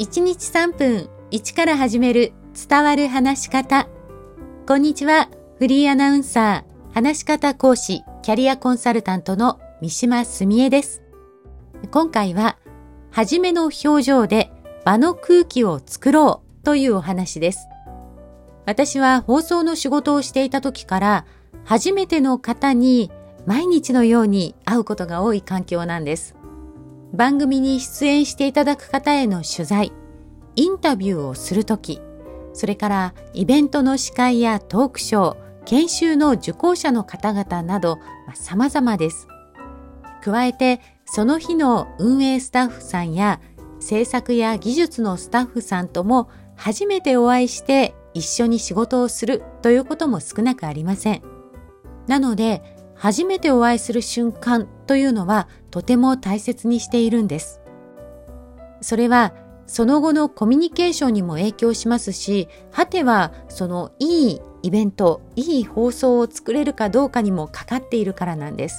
1日3分1から始める伝わる話し方。こんにちは。フリーアナウンサー、話し方講師、キャリアコンサルタントの三島澄江です。今回は、初めの表情で場の空気を作ろうというお話です。私は放送の仕事をしていた時から、初めての方に毎日のように会うことが多い環境なんです。番組に出演していただく方への取材、インタビューをするとき、それからイベントの司会やトークショー、研修の受講者の方々など、様々です。加えて、その日の運営スタッフさんや制作や技術のスタッフさんとも初めてお会いして一緒に仕事をするということも少なくありません。なので、初めてお会いする瞬間というのはとても大切にしているんです。それはその後のコミュニケーションにも影響しますし、果てはそのいいイベント、いい放送を作れるかどうかにもかかっているからなんです。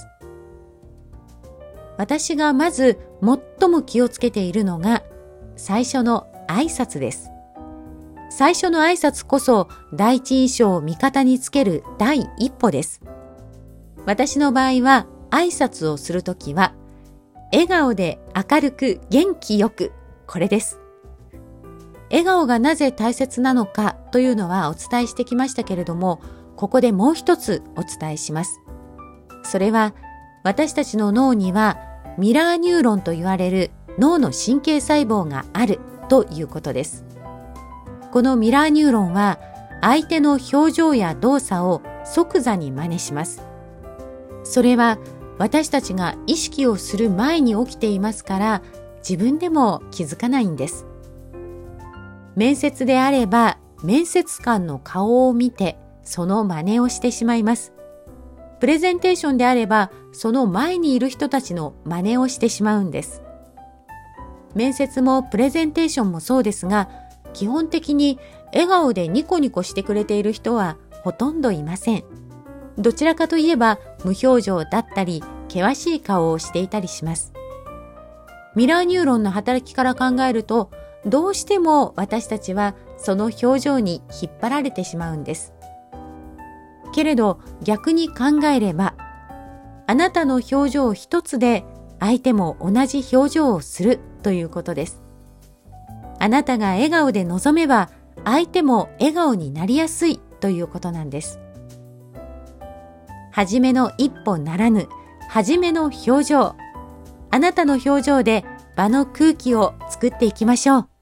私がまず最も気をつけているのが最初の挨拶です。最初の挨拶こそ第一印象を味方につける第一歩です。私の場合は挨拶をするときは笑顔で明るく元気よく、これです。笑顔がなぜ大切なのかというのはお伝えしてきましたけれども、ここでもう一つお伝えします。それは私たちの脳にはミラーニューロンと言われる脳の神経細胞があるということです。このミラーニューロンは相手の表情や動作を即座に真似します。それは私たちが意識をする前に起きていますから自分でも気づかないんです。面接であれば面接官の顔を見てその真似をしてしまいます。プレゼンテーションであればその前にいる人たちの真似をしてしまうんです。面接もプレゼンテーションもそうですが、基本的に笑顔でニコニコしてくれている人はほとんどいません。どちらかといえば無表情だったり険しい顔をしていたりします。ミラーニューロンの働きから考えると、どうしても私たちはその表情に引っ張られてしまうんです。けれど逆に考えれば、あなたの表情一つで相手も同じ表情をするということです。あなたが笑顔で臨めば相手も笑顔になりやすいということなんです。初めの一歩ならぬ、初めの表情。あなたの表情で場の空気を作っていきましょう。